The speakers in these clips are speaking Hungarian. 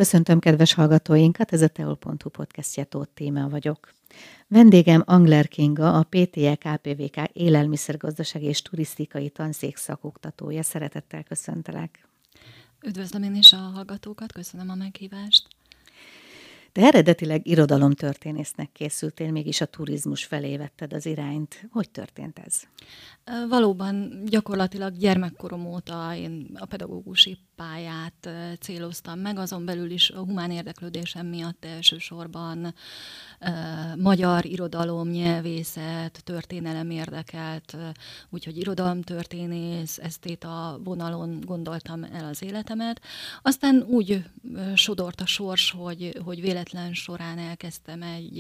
Köszöntöm kedves hallgatóinkat, ez a teol.hu podcastje, Tóth Tímea vagyok. Vendégem Angler Kinga, a PTE KPVK élelmiszergazdasági és turisztikai tanszék szakoktatója. Szeretettel köszöntelek. Üdvözlöm én is a hallgatókat, köszönöm a meghívást. Te eredetileg irodalomtörténésznek készültél, mégis a turizmus felé vetted az irányt. Hogy történt ez? Valóban gyakorlatilag gyermekkorom óta én a pedagógusi pályát céloztam meg, azon belül is a humán érdeklődésem miatt elsősorban magyar irodalom, nyelvészet, történelem érdekelt, úgyhogy irodalomtörténész, esztéta vonalon gondoltam el az életemet. Aztán úgy sodort a sors, hogy véletlen során elkezdtem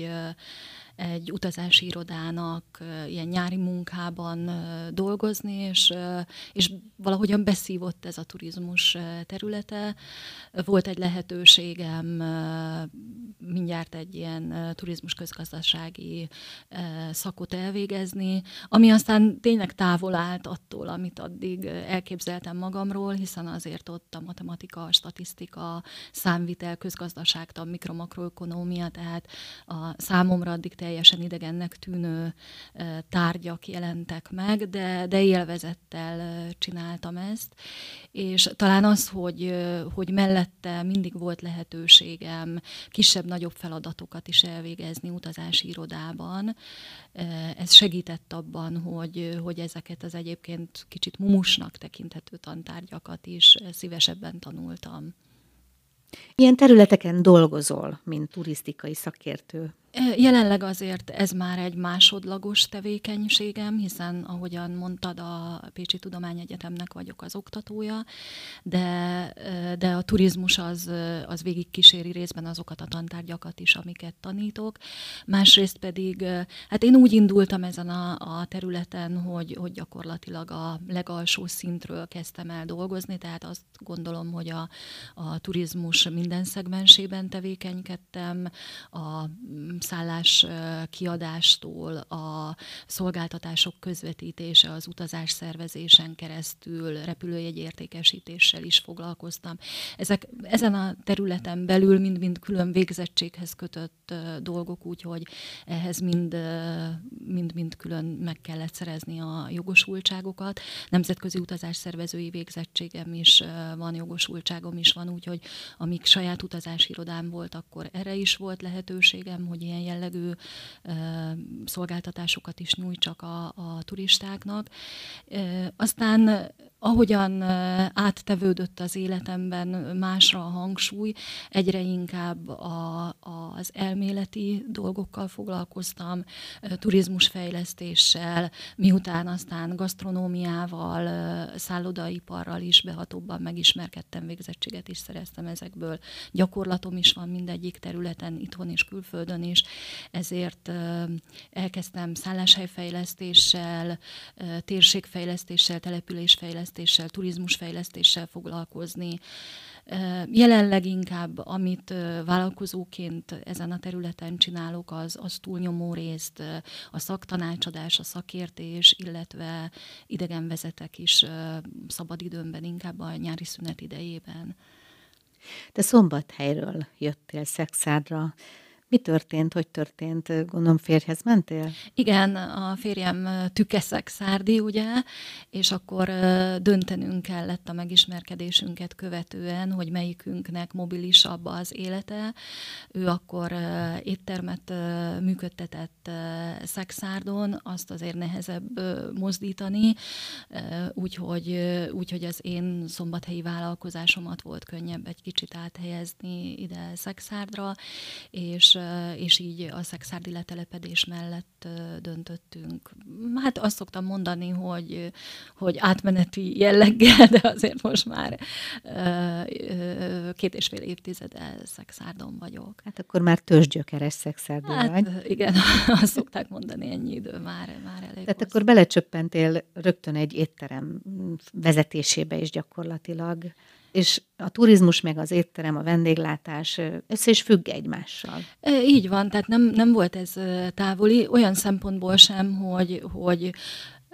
egy utazási irodának ilyen nyári munkában dolgozni, és valahogyan beszívott ez a turizmus területe. Volt egy lehetőségem mindjárt egy ilyen turizmus közgazdasági szakot elvégezni, ami aztán tényleg távol állt attól, amit addig elképzeltem magamról, hiszen azért ott a matematika, a statisztika, számvitel, közgazdaságtan, mikro-makroökonómia, tehát a számomra addig teljesen idegennek tűnő tárgyak jelentek meg, de élvezettel csináltam ezt, és talán az, hogy mellette mindig volt lehetőségem kisebb-nagyobb feladatokat is elvégezni utazási irodában, ez segített abban, hogy ezeket az egyébként kicsit mumusnak tekinthető tantárgyakat is szívesebben tanultam. Ilyen területeken dolgozol, mint turisztikai szakértő? Jelenleg azért ez már egy másodlagos tevékenységem, hiszen ahogyan mondtad, a Pécsi Tudományegyetemnek vagyok az oktatója, de a turizmus az végig kíséri részben azokat a tantárgyakat is, amiket tanítok. Másrészt pedig, hát én úgy indultam ezen a területen, hogy gyakorlatilag a legalsó szintről kezdtem el dolgozni, tehát azt gondolom, hogy a turizmus minden szegmensében tevékenykedtem, a szállás kiadástól, a szolgáltatások közvetítése, az utazás szervezésen keresztül, repülőjegyértékesítéssel is foglalkoztam. Ezen a területen belül mind-mind külön végzettséghez kötött dolgok, úgyhogy ehhez mind-mind külön meg kellett szerezni a jogosultságokat. Nemzetközi utazásszervezői végzettségem is van, jogosultságom is van, úgyhogy amíg saját utazási irodám volt, akkor erre is volt lehetőségem, hogy ilyen jellegű szolgáltatásokat is nyújtsak a turistáknak. Aztán ahogyan áttevődött az életemben másra a hangsúly, egyre inkább az elméleti dolgokkal foglalkoztam, turizmusfejlesztéssel, miután aztán gasztronómiával, szállodaiparral is behatóbban megismerkedtem, végzettséget is szereztem ezekből. Gyakorlatom is van mindegyik területen, itthon és külföldön is, ezért elkezdtem szálláshelyfejlesztéssel, térségfejlesztéssel, településfejlesztéssel, turizmusfejlesztéssel foglalkozni. Jelenleg inkább, amit vállalkozóként ezen a területen csinálok, az túlnyomó részt a szaktanácsadás, a szakértés, illetve idegenvezetek is szabadidőmben, inkább a nyári szünet idejében. Te Szombathelyről jöttél Szekszárra. Mi történt, hogy történt? Gondolom férjhez mentél? Igen, a férjem tükeszexárdi, ugye, és akkor döntenünk kellett a megismerkedésünket követően, hogy melyikünknek mobilisabb az élete. Ő akkor éttermet működtetett Szekszárdon, azt azért nehezebb mozdítani, úgyhogy az én szombathelyi vállalkozásomat volt könnyebb egy kicsit áthelyezni ide Szekszárdra, és így a szekszárdi letelepedés mellett döntöttünk. Hát azt szoktam mondani, hogy átmeneti jelleggel, de azért most már 2,5 évtizede Szekszárdon vagyok. Hát akkor már tőzsgyökeres Szekszárdi vagy. Igen, azt szokták mondani, ennyi idő már elég. Tehát akkor belecsöppentél rögtön egy étterem vezetésébe is gyakorlatilag. És a turizmus meg az étterem, a vendéglátás össze is függ egymással. Így van, tehát nem volt ez távoli, olyan szempontból sem, hogy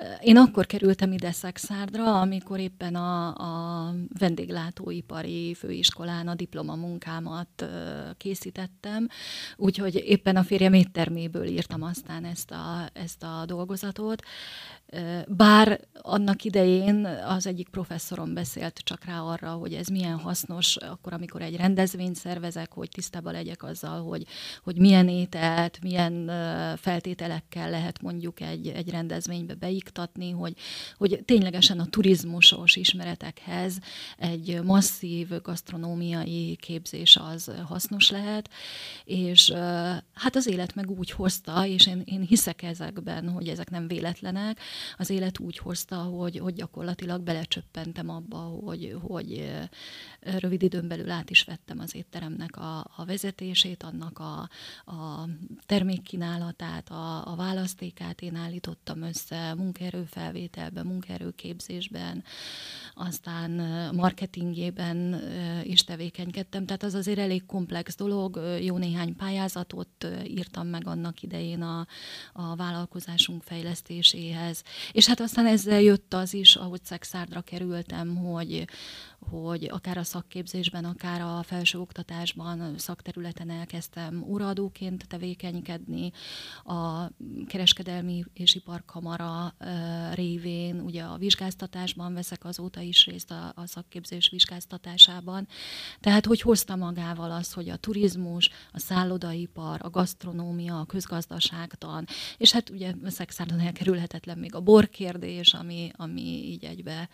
Én akkor kerültem ide Szexárdra, amikor éppen a vendéglátóipari főiskolán a diplomamunkámat készítettem, úgyhogy éppen a férjem étterméből írtam aztán ezt a dolgozatot. Bár annak idején az egyik professzorom beszélt csak rá arra, hogy ez milyen hasznos, akkor, amikor egy rendezvényt szervezek, hogy tisztában legyek azzal, hogy milyen ételt, milyen feltételekkel lehet mondjuk egy rendezvénybe beiktatni, hogy ténylegesen a turizmusos ismeretekhez egy masszív gasztronómiai képzés az hasznos lehet, és hát az élet meg úgy hozta, és én hiszek ezekben, hogy ezek nem véletlenek, az élet úgy hozta, hogy gyakorlatilag belecsöppentem abba, hogy rövid időn belül át is vettem az étteremnek a vezetését, annak a termékkínálatát, a választékát én állítottam össze munkaerőfelvételben, munkaerőképzésben, aztán marketingében is tevékenykedtem, tehát az azért elég komplex dolog, jó néhány pályázatot írtam meg annak idején a vállalkozásunk fejlesztéséhez. És hát aztán ezzel jött az is, ahogy Szexárdra kerültem, hogy akár a szakképzésben, akár a felsőoktatásban, szakterületen elkezdtem óraadóként tevékenykedni. A Kereskedelmi és Iparkamara révén ugye a vizsgáztatásban veszek azóta is részt a szakképzés vizsgáztatásában. Tehát, hogy hozta magával az, hogy a turizmus, a szállodaipar, a gasztronómia, a közgazdaságtan, és hát ugye Szexárdon elkerülhetetlen még a borkérdés, ami így egybe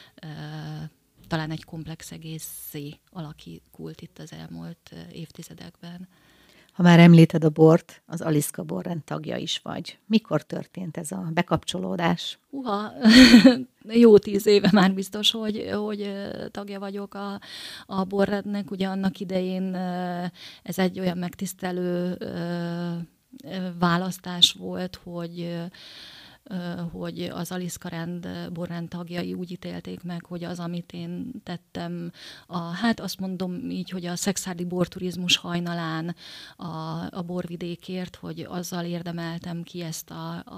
talán egy komplex egészé alakult itt az elmúlt évtizedekben. Ha már említed a bort, az Aliszka borrend tagja is vagy. Mikor történt ez a bekapcsolódás? Jó 10 éve már biztos, hogy tagja vagyok a borrendnek. Ugye annak idején ez egy olyan megtisztelő választás volt, hogy az Aliszka borrend tagjai úgy ítélték meg, hogy az, amit én tettem, hát azt mondom így, hogy a szexárdi borturizmus hajnalán a borvidékért, hogy azzal érdemeltem ki ezt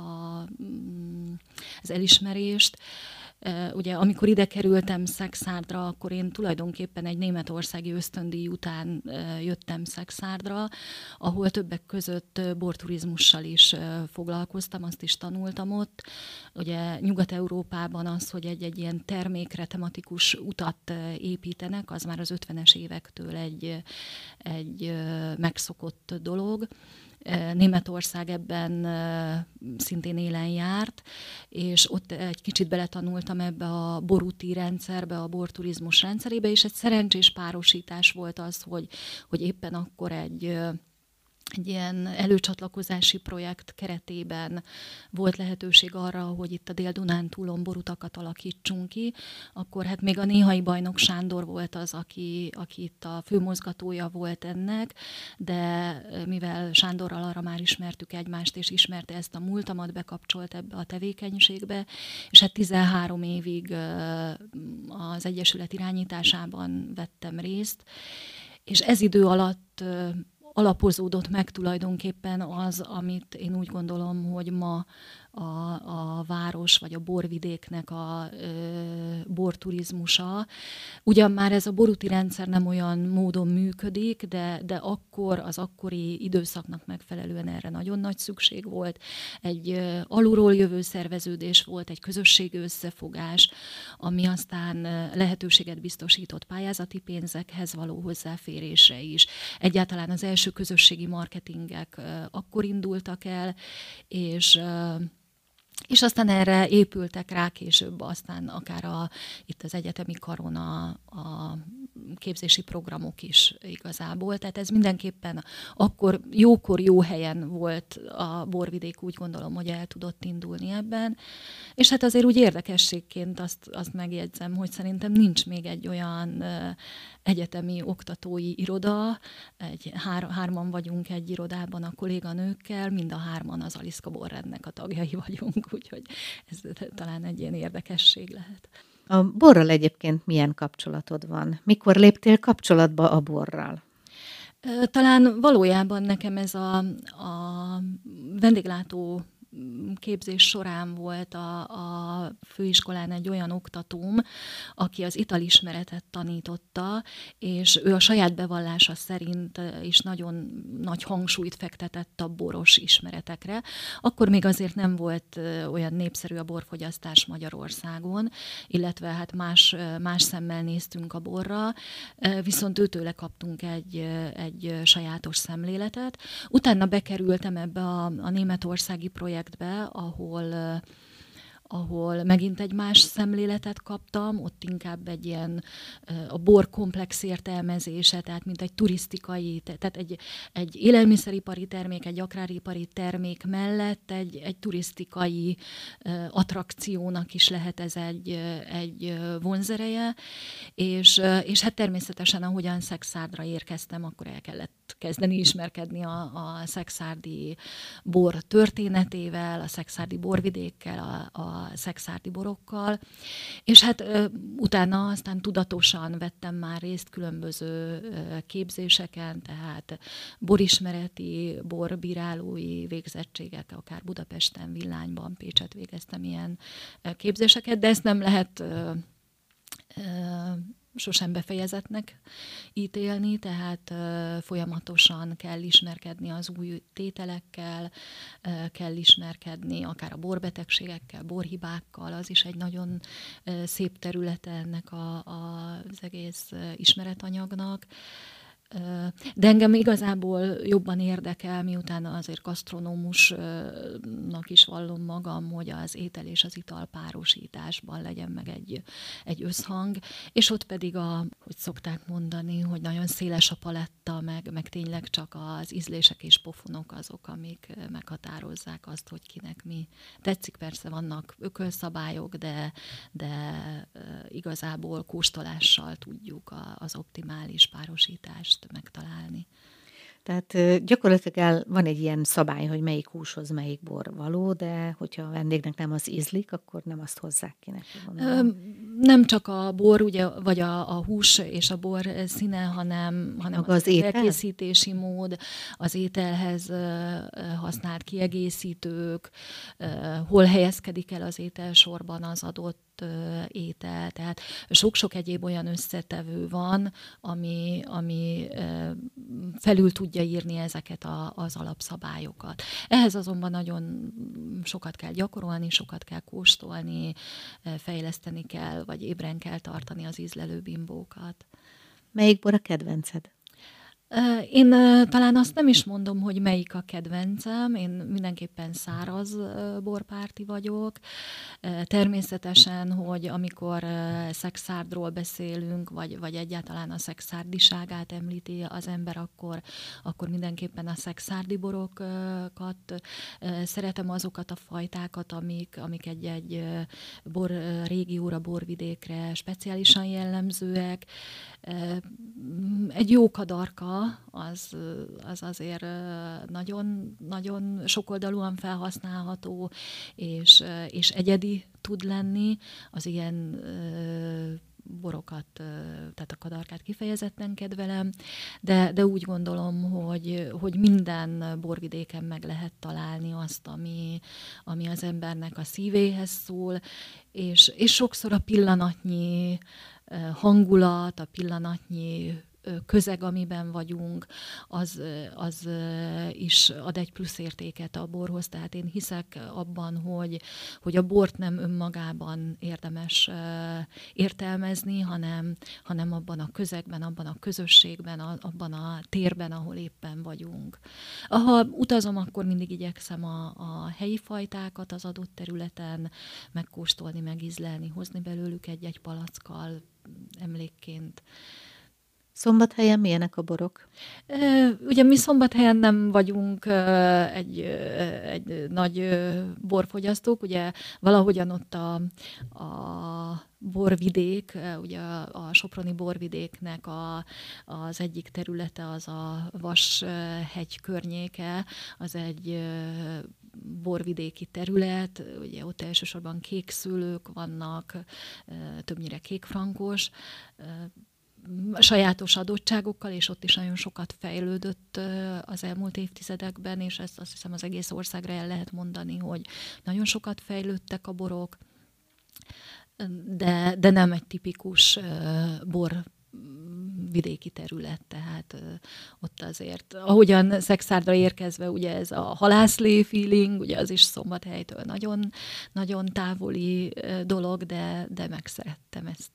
az elismerést. Ugye, amikor ide kerültem Szexárdra, akkor én tulajdonképpen egy németországi ösztöndíj után jöttem Szexárdra, ahol többek között borturizmussal is foglalkoztam, azt is tanultam ott. Ugye Nyugat-Európában az, hogy egy ilyen termékre tematikus utat építenek, az már az 50-es évektől egy megszokott dolog. Németország ebben szintén élen járt, és ott egy kicsit beletanultam ebbe a borúti rendszerbe, a borturizmus rendszerébe, és egy szerencsés párosítás volt az, hogy éppen akkor egy ilyen előcsatlakozási projekt keretében volt lehetőség arra, hogy itt a Dél-Dunántúlon borutakat alakítsunk ki, akkor hát még a néhai bajnok Sándor volt az, aki itt a főmozgatója volt ennek, de mivel Sándorral arra már ismertük egymást, és ismerte ezt a múltamat, bekapcsolt ebbe a tevékenységbe, és hát 13 évig az Egyesület irányításában vettem részt, és ez idő alatt alapozódott meg tulajdonképpen az, amit én úgy gondolom, hogy ma a város vagy a borvidéknek a borturizmusa. Ugyan már ez a borúti rendszer nem olyan módon működik, de akkor az akkori időszaknak megfelelően erre nagyon nagy szükség volt. Egy alulról jövő szerveződés volt, egy közösségi összefogás, ami aztán lehetőséget biztosított pályázati pénzekhez való hozzáférésre is. Egyáltalán az első közösségi marketingek akkor indultak el, és aztán erre épültek rá később aztán akár itt az egyetemi karon a képzési programok is igazából. Tehát ez mindenképpen akkor jókor jó helyen volt a borvidék, úgy gondolom, hogy el tudott indulni ebben. És hát azért úgy érdekességként azt megjegyzem, hogy szerintem nincs még egy olyan egyetemi oktatói iroda, hárman vagyunk egy irodában a kolléganőkkel, mind a hárman az Aliszka borrendnek a tagjai vagyunk, úgyhogy ez talán egy ilyen érdekesség lehet. A borral egyébként milyen kapcsolatod van? Mikor léptél kapcsolatba a borral? Talán valójában nekem ez a vendéglátó képzés során volt a főiskolán egy olyan oktatóm, aki az italismeretet tanította, és ő a saját bevallása szerint is nagyon nagy hangsúlyt fektetett a boros ismeretekre. Akkor még azért nem volt olyan népszerű a borfogyasztás Magyarországon, illetve hát más szemmel néztünk a borra, viszont őtőle kaptunk egy sajátos szemléletet. Utána bekerültem ebbe a németországi projektbe, ahol megint egy más szemléletet kaptam, ott inkább egy ilyen a bor komplex értelmezése, tehát mint egy turisztikai, tehát egy élelmiszeripari termék, egy agráripari termék mellett egy turisztikai attrakciónak is lehet ez egy vonzereje, és hát természetesen, ahogyan Szekszárdra érkeztem, akkor el kellett kezdeni ismerkedni a szekszárdi bor történetével, a szekszárdi borvidékkel, a szekszárdi borokkal, és hát utána aztán tudatosan vettem már részt különböző képzéseken, tehát borismereti, borbírálói végzettségek, akár Budapesten, Villányban, Pécset végeztem ilyen képzéseket, de ezt nem lehet sosem befejezetnek ítélni, tehát folyamatosan kell ismerkedni az új tételekkel, kell ismerkedni akár a borbetegségekkel, borhibákkal, az is egy nagyon szép területe ennek az egész ismeretanyagnak. De engem igazából jobban érdekel, miután azért gasztronómusnak is vallom magam, hogy az étel és az ital párosításban legyen meg egy összhang, és ott pedig hogy szokták mondani, hogy nagyon széles a paletta, meg tényleg csak az ízlések és pofonok azok, amik meghatározzák azt, hogy kinek mi tetszik. Persze vannak ökölszabályok, de igazából kóstolással tudjuk az optimális párosítást megtalálni. Tehát gyakorlatilag van egy ilyen szabály, hogy melyik húshoz melyik bor való, de hogyha a vendégnek nem az ízlik, akkor nem azt hozzák ki neki. Nem csak a bor, ugye, vagy a hús és a bor színe, hanem az elkészítési mód, az ételhez használt kiegészítők, hol helyezkedik el az ételsorban az adott étel. Tehát sok-sok egyéb olyan összetevő van, ami felül tudja írni ezeket az alapszabályokat. Ehhez azonban nagyon sokat kell gyakorolni, sokat kell kóstolni, fejleszteni kell, vagy ébren kell tartani az ízlelő bimbókat. Melyik bor a kedvenced? Én talán azt nem is mondom, hogy melyik a kedvencem, én mindenképpen száraz borpárti vagyok. Természetesen, hogy amikor Szekszárdról beszélünk, vagy egyáltalán a szekszárdiságát említi az ember, akkor mindenképpen a szekszárdi borokat szeretem, azokat a fajtákat, amik egy bor régióra, borvidékre speciálisan jellemzőek. Egy jó kadarka, az azért nagyon, nagyon sokoldalúan felhasználható, és egyedi tud lenni. Az ilyen borokat, tehát a kadarkát kifejezetten kedvelem, de úgy gondolom, hogy minden borvidéken meg lehet találni azt, ami az embernek a szívéhez szól, és sokszor a pillanatnyi hangulat, a pillanatnyi közeg, amiben vagyunk, az is ad egy plusz értéket a borhoz. Tehát én hiszek abban, hogy a bort nem önmagában érdemes értelmezni, hanem abban a közegben, abban a közösségben, abban a térben, ahol éppen vagyunk. Ha utazom, akkor mindig igyekszem a helyi fajtákat az adott területen megkóstolni, megízlelni, hozni belőlük egy nagy emlékként. Szombathelyen milyenek a borok? Ugye mi Szombathelyen nem vagyunk egy nagy borfogyasztók, ugye valahogyan ott a borvidék, ugye a soproni borvidéknek az egyik területe az a Vashegy környéke, az egy borvidéki terület, ugye ott elsősorban kékszőlők vannak, többnyire kékfrankos. sajátos adottságokkal, és ott is nagyon sokat fejlődött az elmúlt évtizedekben, és ezt azt hiszem az egész országra el lehet mondani, hogy nagyon sokat fejlődtek a borok, de nem egy tipikus bor vidéki terület, tehát ott azért, ahogyan Szekszárda érkezve, ugye ez a halászlé feeling, ugye az is Szombathelytől nagyon, nagyon távoli dolog, de megszerettem ezt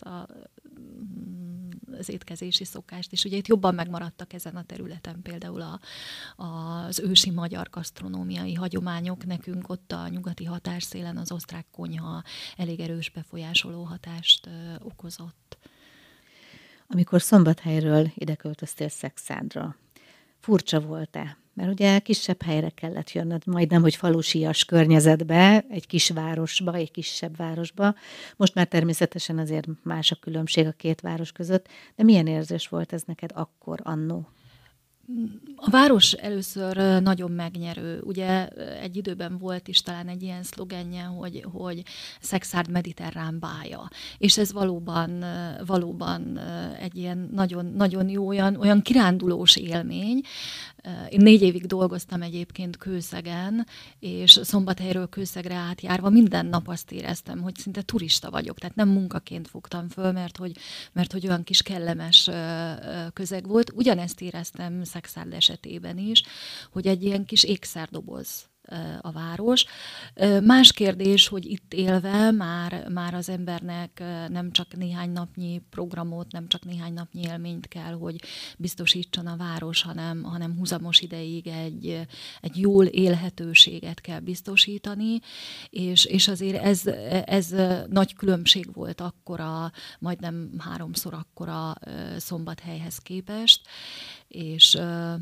az étkezési szokást, és ugye itt jobban megmaradtak ezen a területen például az ősi magyar gasztronómiai hagyományok, nekünk ott a nyugati határszélen az osztrák konyha elég erős befolyásoló hatást okozott. Amikor Szombathelyről ide költöztél Szekszárdra, furcsa volt-e? Mert ugye kisebb helyre kellett jönnöd, majdnem, hogy falusias környezetbe, egy kisvárosba, egy kisebb városba. Most már természetesen azért más a különbség a két város között, de milyen érzés volt ez neked akkor, annó? A város először nagyon megnyerő. Ugye egy időben volt is talán egy ilyen szlogenje, hogy Szekszárd mediterrán bája. És ez valóban egy ilyen nagyon, nagyon jó, olyan kirándulós élmény. Én 4 évig dolgoztam egyébként Kőszegen, és Szombathelyről Kőszegre átjárva minden nap azt éreztem, hogy szinte turista vagyok. Tehát nem munkaként fogtam föl, mert hogy olyan kis kellemes közeg volt. Ugyanezt éreztem Szekszárd esetében is, hogy egy ilyen kis ékszerdoboz a város. Más kérdés, hogy itt élve már az embernek nem csak néhány napnyi programot, nem csak néhány napnyi élményt kell, hogy biztosítson a város, hanem húzamos ideig egy jól élhetőséget kell biztosítani, és azért ez nagy különbség volt akkora, majdnem 3-szor akkora Szombathelyhez képest, és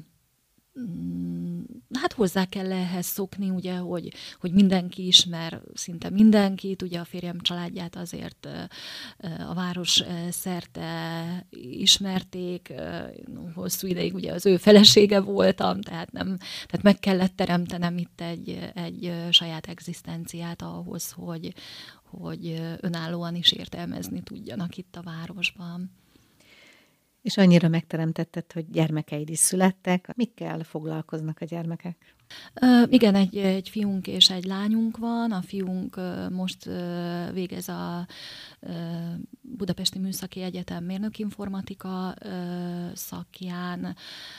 hát hozzá kell ehhez szokni, ugye, hogy mindenki ismer szinte mindenkit, ugye a férjem családját azért a város szerte ismerték, hosszú ideig ugye az ő felesége voltam, tehát meg kellett teremtenem itt egy saját egzisztenciát ahhoz, hogy önállóan is értelmezni tudjanak itt a városban. És annyira megteremtetted, hogy gyermekeid is születtek. Mikkel foglalkoznak a gyermekek? Igen, egy fiunk és egy lányunk van. A fiunk most végez a Budapesti Műszaki Egyetem mérnökinformatika szakján.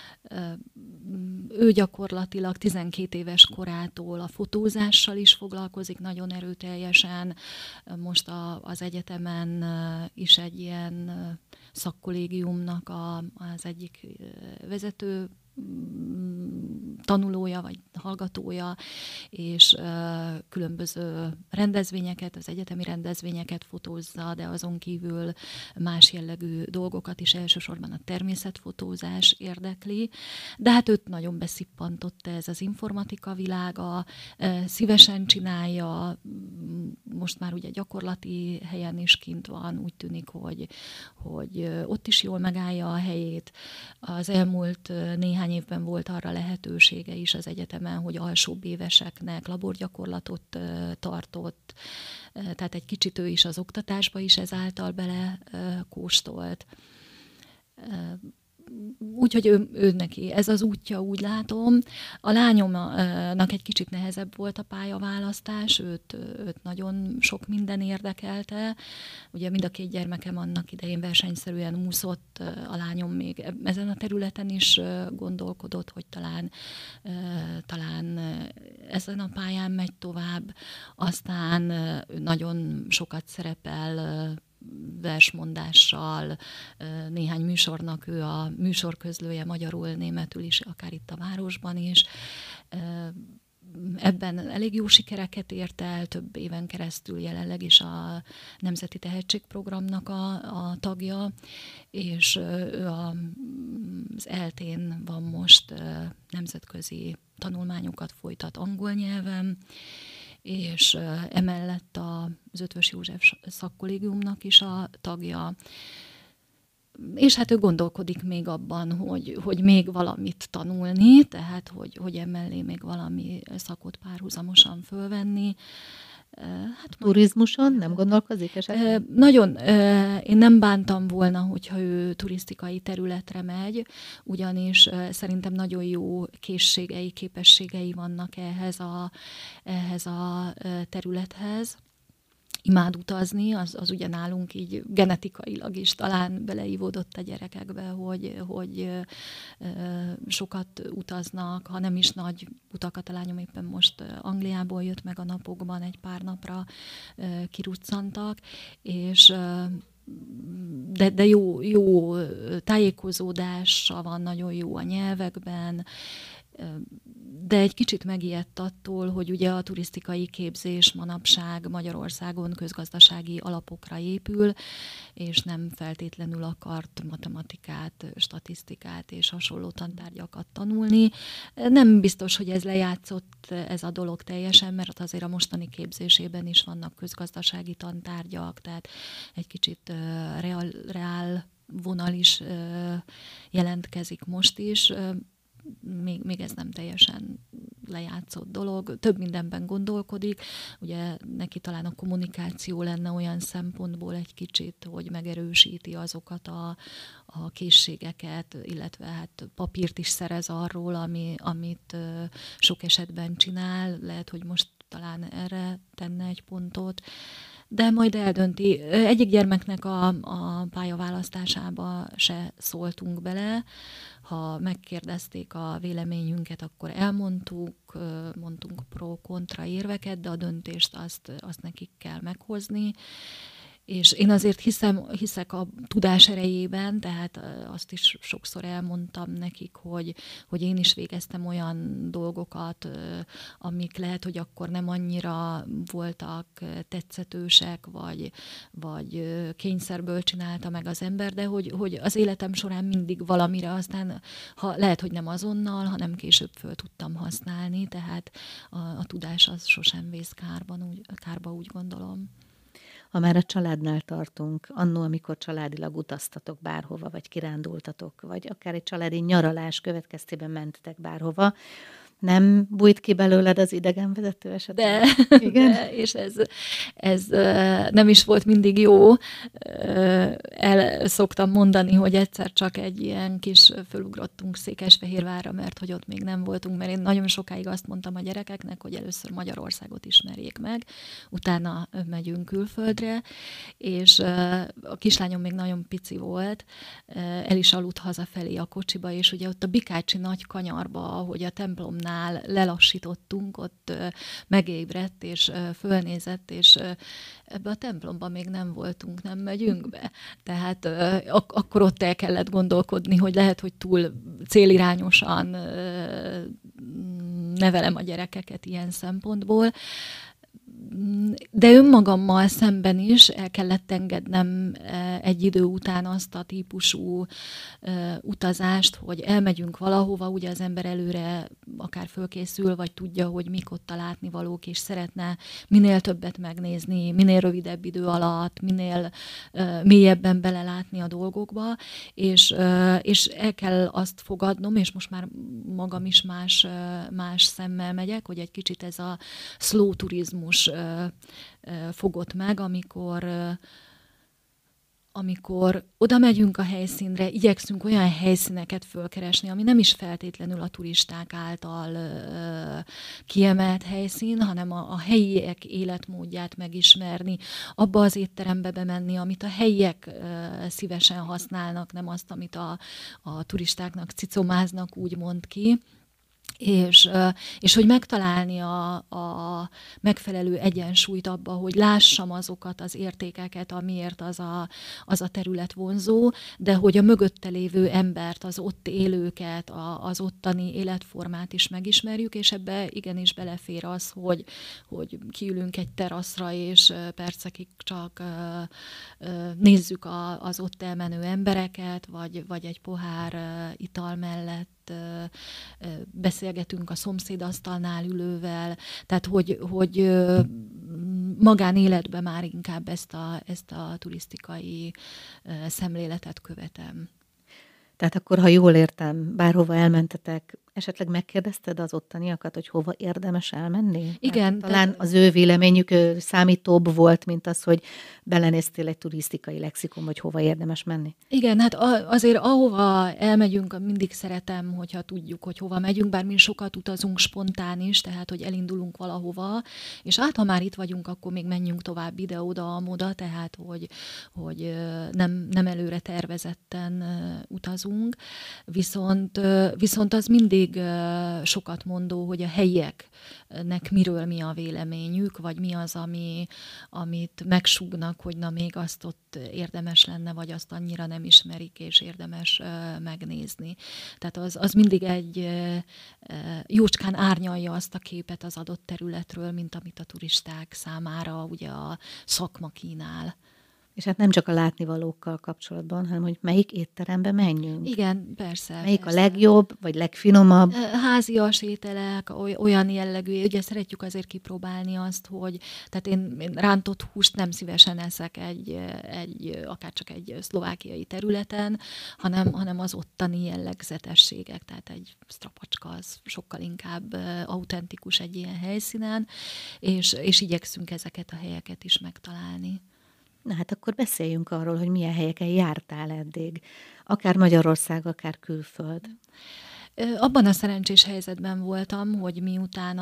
Ő gyakorlatilag 12 éves korától a fotózással is foglalkozik nagyon erőteljesen. Most az egyetemen is egy ilyen szakkollégiumnak az egyik vezető tanulója vagy hallgatója, és különböző rendezvényeket, az egyetemi rendezvényeket fotózza, de azon kívül más jellegű dolgokat is, elsősorban a természetfotózás érdekli. De hát őt nagyon beszippantotta ez az informatika világa, szívesen csinálja, most már ugye gyakorlati helyen is kint van, úgy tűnik, hogy ott is jól megállja a helyét. Az elmúlt néhány évben volt arra lehetősége is az egyetemen, hogy alsóbb éveseknek laborgyakorlatot tartott, tehát egy kicsit ő is az oktatásba is ezáltal bele kóstolt. Úgyhogy ő neki ez az útja, úgy látom. A lányomnak egy kicsit nehezebb volt a pályaválasztás, őt nagyon sok minden érdekelte. Ugye mind a 2 gyermekem annak idején versenyszerűen úszott, a lányom még ezen a területen is gondolkodott, hogy talán ezen a pályán megy tovább. Aztán nagyon sokat szerepel versmondással, néhány műsornak ő a műsorközlője magyarul, németül is, akár itt a városban is. Ebben elég jó sikereket ért el, több éven keresztül jelenleg is a Nemzeti Tehetségprogramnak a tagja, és ő az ELTÉN van most, nemzetközi tanulmányokat folytat angol nyelven, és emellett az Eötvös József szakkollégiumnak is a tagja. És hát ő gondolkodik még abban, hogy még valamit tanulni, tehát hogy emellé még valami szakot párhuzamosan fölvenni. Turizmuson nem gondolkozik esetleg? Nagyon, én nem bántam volna, hogyha ő turisztikai területre megy, ugyanis szerintem nagyon jó készségei, képességei vannak ehhez a területhez. Imád utazni, az ugye nálunk így genetikailag is talán beleívódott a gyerekekbe, hogy sokat utaznak, ha nem is nagy utakat. A lányom éppen most Angliából jött meg a napokban, egy pár napra kiruccantak, és de jó tájékozódása van, nagyon jó a nyelvekben, de egy kicsit megijedt attól, hogy ugye a turisztikai képzés manapság Magyarországon közgazdasági alapokra épül, és nem feltétlenül akart matematikát, statisztikát és hasonló tantárgyakat tanulni. Nem biztos, hogy ez lejátszott ez a dolog teljesen, mert azért a mostani képzésében is vannak közgazdasági tantárgyak, tehát egy kicsit reál vonal is jelentkezik most is. Még ez nem teljesen lejátszott dolog, több mindenben gondolkodik, ugye neki talán a kommunikáció lenne olyan szempontból egy kicsit, hogy megerősíti azokat a készségeket, illetve hát papírt is szerez arról, amit sok esetben csinál, lehet, hogy most talán erre tenne egy pontot, de majd eldönti. Egyik gyermeknek a pályaválasztásába se szóltunk bele. Ha megkérdezték a véleményünket, akkor elmondtuk, mondtunk pro-kontra érveket, de a döntést azt nekik kell meghozni. És én azért hiszek a tudás erejében, tehát azt is sokszor elmondtam nekik, hogy én is végeztem olyan dolgokat, amik lehet, hogy akkor nem annyira voltak tetszetősek, vagy kényszerből csinálta meg az ember, de hogy az életem során mindig valamire aztán, lehet, hogy nem azonnal, hanem később föl tudtam használni, tehát a tudás az sosem vész kárba, úgy gondolom. Ha már a családnál tartunk, annó, amikor családilag utaztatok bárhova, vagy kirándultatok, vagy akár egy családi nyaralás következtében mentetek bárhova, nem bújt ki belőled az idegenvezető esetleg? Igen? De, és ez nem is volt mindig jó. El szoktam mondani, hogy egyszer csak egy ilyen kis fölugrottunk Székesfehérvárra, mert hogy ott még nem voltunk, mert én nagyon sokáig azt mondtam a gyerekeknek, hogy először Magyarországot ismerjék meg, utána megyünk külföldre, és a kislányom még nagyon pici volt, el is aludt hazafelé a kocsiba, és ugye ott a Bikácsi nagy kanyarba, ahogy a templomnál lelassítottunk, ott megébredt, és fölnézett, és ebbe a templomba még nem voltunk, nem megyünk be. Tehát akkor ott el kellett gondolkodni, hogy lehet, hogy túl célirányosan nevelem a gyerekeket ilyen szempontból. De önmagammal szemben is el kellett engednem egy idő után azt a típusú utazást, hogy elmegyünk valahova, ugye az ember előre akár fölkészül, vagy tudja, hogy mik ott a látnivalók, és szeretne minél többet megnézni, minél rövidebb idő alatt, minél mélyebben belelátni a dolgokba, és el kell azt fogadnom, és most már magam is más szemmel megyek, hogy egy kicsit ez a slow turizmus fogott meg, amikor oda megyünk a helyszínre, igyekszünk olyan helyszíneket fölkeresni, ami nem is feltétlenül a turisták által kiemelt helyszín, hanem a helyiek életmódját megismerni, abba az étterembe bemenni, amit a helyiek szívesen használnak, nem azt, amit a turistáknak cicomáznak, úgymond ki. És hogy megtalálni a megfelelő egyensúlyt abba, hogy lássam azokat az értékeket, amiért az a terület vonzó, de hogy a mögötte lévő embert, az ott élőket, az ottani életformát is megismerjük, és ebbe igenis belefér az, hogy kiülünk egy teraszra, és percekig csak nézzük az ott elmenő embereket, vagy egy pohár ital mellett beszélgetünk a szomszédasztalnál ülővel, tehát hogy magánéletben már inkább ezt a turisztikai szemléletet követem. Tehát akkor, ha jól értem, bárhova elmentetek, Esetleg megkérdezted az ottaniakat, hogy hova érdemes elmenni? Igen. Mert talán az ő véleményük számítóbb volt, mint az, hogy belenéztél egy turisztikai lexikonba, hogy hova érdemes menni. Igen, hát azért ahova elmegyünk, mindig szeretem, hogyha tudjuk, hogy hova megyünk, bár mi sokat utazunk spontán is, tehát hogy elindulunk valahova, és ha már itt vagyunk, akkor még menjünk tovább ide-oda, amoda, tehát hogy nem előre tervezetten utazunk, viszont az mindig sokat mondó, hogy a helyieknek miről mi a véleményük, vagy mi az, amit megsúgnak, hogy na még azt ott érdemes lenne, vagy azt annyira nem ismerik, és érdemes megnézni. Tehát az mindig egy jócskán árnyalja azt a képet az adott területről, mint amit a turisták számára ugye a szakma kínál. És hát nem csak a látnivalókkal kapcsolatban, hanem hogy melyik étterembe menjünk. Igen, persze. Melyik persze. a legjobb, vagy legfinomabb? Házias ételek, olyan jellegű, ugye szeretjük azért kipróbálni azt, hogy tehát én rántott húst nem szívesen eszek akár csak egy szlovákiai területen, hanem az ottani jellegzetességek, tehát egy strapacska az sokkal inkább autentikus egy ilyen helyszínen, és igyekszünk ezeket a helyeket is megtalálni. Na hát akkor beszéljünk arról, hogy milyen helyeken jártál eddig. Akár Magyarország, akár külföld. Abban a szerencsés helyzetben voltam, hogy miután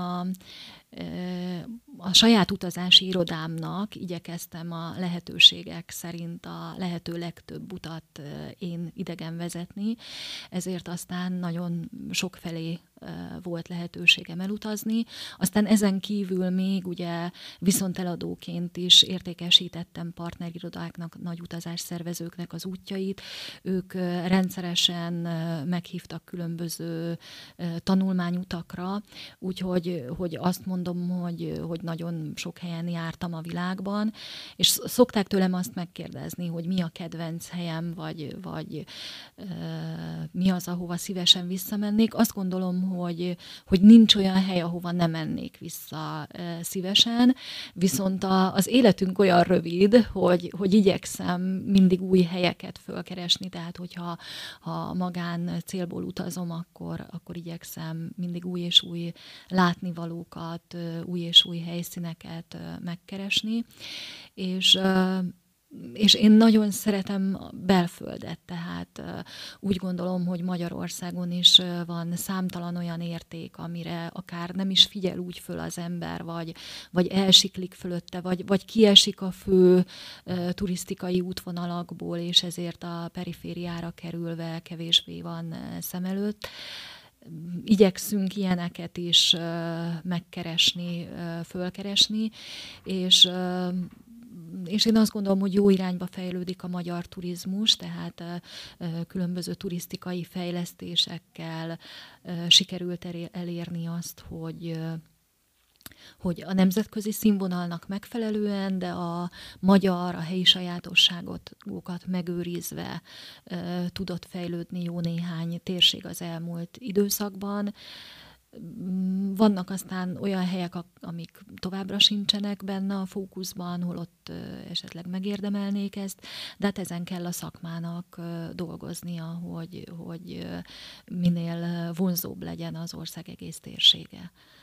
a saját utazási irodámnak igyekeztem a lehetőségek szerint a lehető legtöbb utat én idegen vezetni, ezért aztán nagyon sokfelé volt lehetőségem elutazni. Aztán ezen kívül még ugye viszonteladóként is értékesítettem partnerirodáknak, nagy utazásszervezőknek az útjait. Ők rendszeresen meghívtak különböző tanulmányutakra, úgyhogy azt mondom, hogy nagyon sok helyen jártam a világban, és szokták tőlem azt megkérdezni, hogy mi a kedvenc helyem, vagy mi az, ahova szívesen visszamennék. Azt gondolom, hogy nincs olyan hely, ahova nem mennék vissza szívesen, viszont az életünk olyan rövid, hogy igyekszem mindig új helyeket fölkeresni, tehát hogyha magán célból utazom, akkor igyekszem mindig új és új látnivalókat, új és új helyszíneket megkeresni, és én nagyon szeretem a belföldet, tehát úgy gondolom, hogy Magyarországon is van számtalan olyan érték, amire akár nem is figyel úgy föl az ember, vagy elsiklik fölötte, vagy kiesik a fő turisztikai útvonalakból, és ezért a perifériára kerülve kevésbé van szem előtt. Igyekszünk ilyeneket is megkeresni, fölkeresni, és én azt gondolom, hogy jó irányba fejlődik a magyar turizmus, tehát különböző turisztikai fejlesztésekkel sikerült elérni azt, hogy a nemzetközi színvonalnak megfelelően, de a magyar, a helyi sajátosságokat megőrizve tudott fejlődni jó néhány térség az elmúlt időszakban. Vannak aztán olyan helyek, amik továbbra sincsenek benne a fókuszban, holott esetleg megérdemelnék ezt, de hát ezen kell a szakmának dolgoznia, hogy minél vonzóbb legyen az ország egész térsége.